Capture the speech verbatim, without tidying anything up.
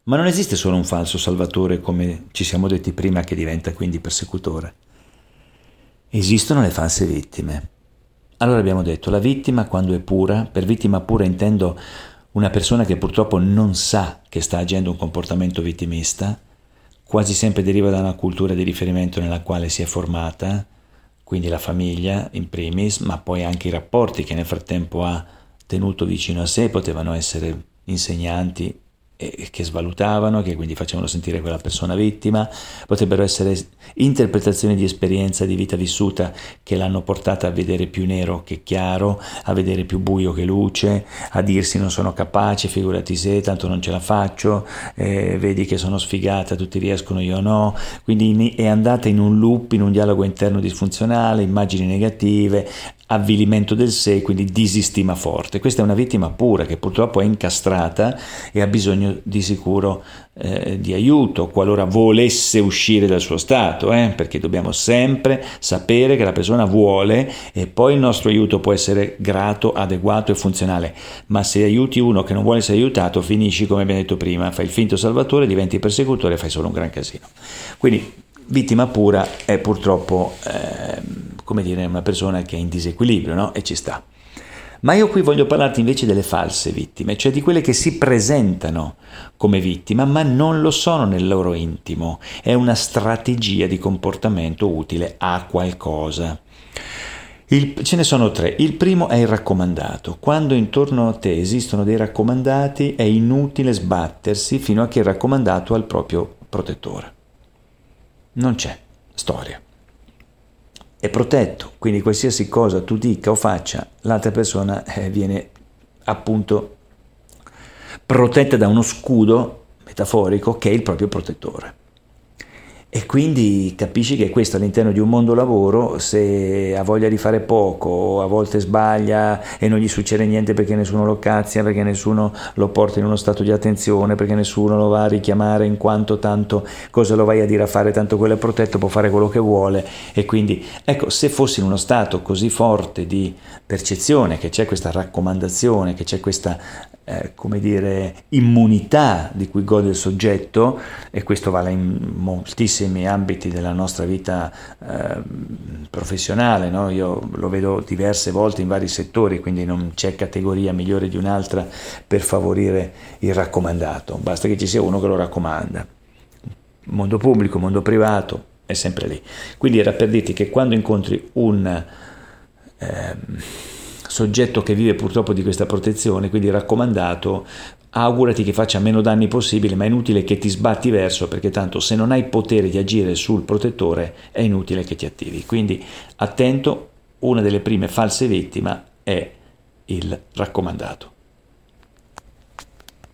Ma non esiste solo un falso salvatore, come ci siamo detti prima, che diventa quindi persecutore. Esistono le false vittime. Allora abbiamo detto, la vittima quando è pura, per vittima pura intendo una persona che purtroppo non sa che sta agendo un comportamento vittimista, quasi sempre deriva da una cultura di riferimento nella quale si è formata, quindi la famiglia in primis, ma poi anche i rapporti che nel frattempo ha tenuto vicino a sé, potevano essere insegnanti e che svalutavano, che quindi facevano sentire quella persona vittima, potrebbero essere interpretazioni di esperienza di vita vissuta che l'hanno portata a vedere più nero che chiaro, a vedere più buio che luce, a dirsi non sono capace, figurati se, tanto non ce la faccio, eh, vedi che sono sfigata, tutti riescono, io no, quindi è andata in un loop, in un dialogo interno disfunzionale, immagini negative, avvilimento del sé, quindi disistima forte. Questa è una vittima pura che purtroppo è incastrata e ha bisogno di sicuro eh, di aiuto qualora volesse uscire dal suo stato, eh? Perché dobbiamo sempre sapere che la persona vuole e poi il nostro aiuto può essere grato, adeguato e funzionale, ma se aiuti uno che non vuole essere aiutato finisci come abbiamo detto prima, fai il finto salvatore, diventi persecutore e fai solo un gran casino. Quindi vittima pura è purtroppo eh, come dire una persona che è in disequilibrio, no? E ci sta. Ma io qui voglio parlarti invece delle false vittime, cioè di quelle che si presentano come vittima ma non lo sono nel loro intimo, è una strategia di comportamento utile a qualcosa. Il, ce ne sono tre. Il primo è il raccomandato. Quando intorno a te esistono dei raccomandati è inutile sbattersi fino a che il raccomandato ha il proprio protettore. Non c'è storia. È protetto, quindi qualsiasi cosa tu dica o faccia, l'altra persona eh, viene appunto protetta da uno scudo metaforico che è il proprio protettore. E quindi capisci che questo all'interno di un mondo lavoro, se ha voglia di fare poco o a volte sbaglia e non gli succede niente perché nessuno lo cazzia, perché nessuno lo porta in uno stato di attenzione, perché nessuno lo va a richiamare in quanto tanto cosa lo vai a dire a fare, tanto quello è protetto, può fare quello che vuole. E quindi ecco, se fossi in uno stato così forte di percezione che c'è questa raccomandazione, che c'è questa eh, come dire immunità di cui gode il soggetto, e questo vale in moltissimi ambiti della nostra vita eh, professionale, no? Io lo vedo diverse volte in vari settori, quindi non c'è categoria migliore di un'altra per favorire il raccomandato, basta che ci sia uno che lo raccomanda. Mondo pubblico, mondo privato, è sempre lì. Quindi era per dirti che quando incontri un eh, soggetto che vive purtroppo di questa protezione, quindi raccomandato, augurati che faccia meno danni possibili, ma è inutile che ti sbatti verso, perché tanto se non hai potere di agire sul protettore è inutile che ti attivi. Quindi attento, una delle prime false vittime è il raccomandato.